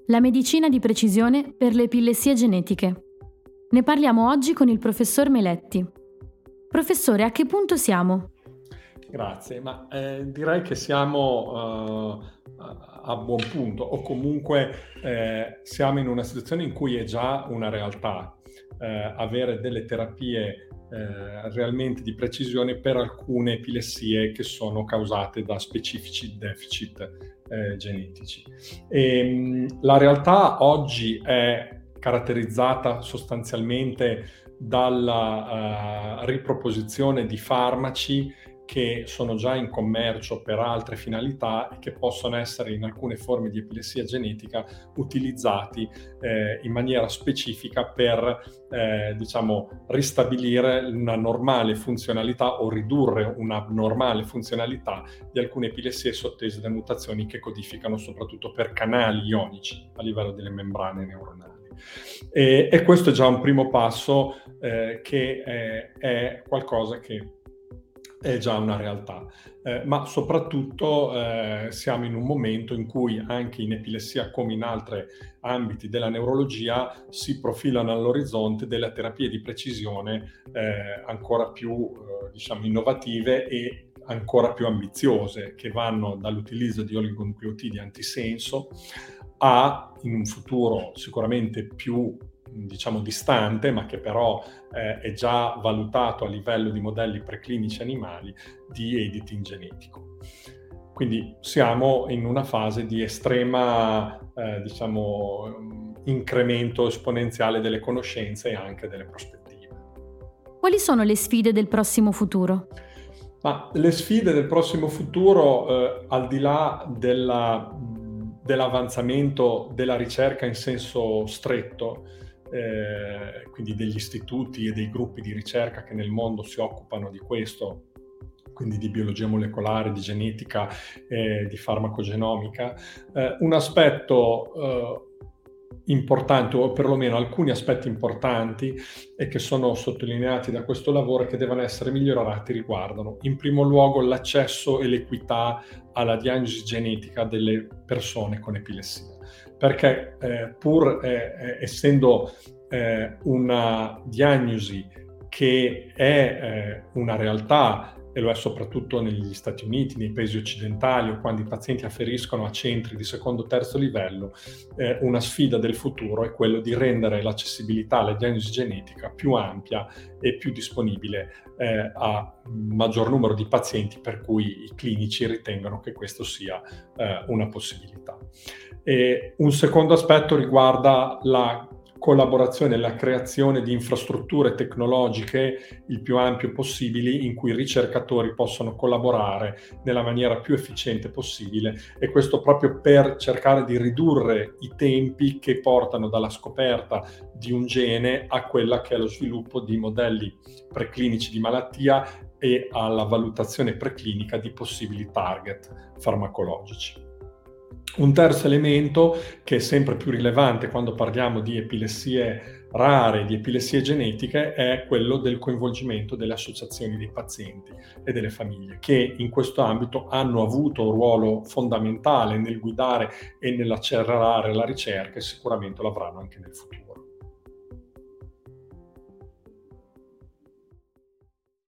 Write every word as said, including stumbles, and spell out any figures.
La medicina di precisione per le epilessie genetiche. Ne parliamo oggi con il professor Meletti. Professore, a che punto siamo? Grazie, ma eh, direi che siamo uh, a buon punto, o comunque eh, siamo in una situazione in cui è già una realtà eh, avere delle terapie eh, realmente di precisione per alcune epilessie che sono causate da specifici deficit eh, genetici. E, mh, la realtà oggi è caratterizzata sostanzialmente dalla uh, riproposizione di farmaci che sono già in commercio per altre finalità e che possono essere in alcune forme di epilessia genetica utilizzati eh, in maniera specifica per eh, diciamo ristabilire una normale funzionalità o ridurre una normale funzionalità di alcune epilessie sottese da mutazioni che codificano soprattutto per canali ionici a livello delle membrane neuronali. E, e questo è già un primo passo eh, che è, è qualcosa che è già una realtà, eh, ma soprattutto eh, siamo in un momento in cui anche in epilessia come in altri ambiti della neurologia si profilano all'orizzonte delle terapie di precisione eh, ancora più eh, diciamo innovative e ancora più ambiziose, che vanno dall'utilizzo di oligonucleotidi antisenso a, in un futuro sicuramente più diciamo distante, ma che però eh, è già valutato a livello di modelli preclinici animali, di editing genetico. Quindi siamo in una fase di estrema eh, diciamo incremento esponenziale delle conoscenze e anche delle prospettive. Quali sono le sfide del prossimo futuro? Ma le sfide del prossimo futuro, eh, al di là della, dell'avanzamento della ricerca in senso stretto, Eh, quindi degli istituti e dei gruppi di ricerca che nel mondo si occupano di questo, quindi di biologia molecolare, di genetica, eh, di farmacogenomica. Eh, un aspetto eh, importante, o perlomeno alcuni aspetti importanti, e che sono sottolineati da questo lavoro e che devono essere migliorati, riguardano in primo luogo l'accesso e l'equità alla diagnosi genetica delle persone con epilessia. Perché eh, pur eh, essendo eh, una diagnosi che è eh, una realtà, e lo è soprattutto negli Stati Uniti, nei paesi occidentali, o quando i pazienti afferiscono a centri di secondo o terzo livello, eh, una sfida del futuro è quello di rendere l'accessibilità alla diagnosi genetica più ampia e più disponibile eh, a maggior numero di pazienti, per cui i clinici ritengono che questo sia eh, una possibilità. E un secondo aspetto riguarda la collaborazione e la creazione di infrastrutture tecnologiche il più ampio possibili, in cui i ricercatori possono collaborare nella maniera più efficiente possibile, e questo proprio per cercare di ridurre i tempi che portano dalla scoperta di un gene a quella che è lo sviluppo di modelli preclinici di malattia e alla valutazione preclinica di possibili target farmacologici. Un terzo elemento, che è sempre più rilevante quando parliamo di epilessie rare, di epilessie genetiche, è quello del coinvolgimento delle associazioni dei pazienti e delle famiglie, che in questo ambito hanno avuto un ruolo fondamentale nel guidare e nell'accelerare la ricerca, e sicuramente lo avranno anche nel futuro.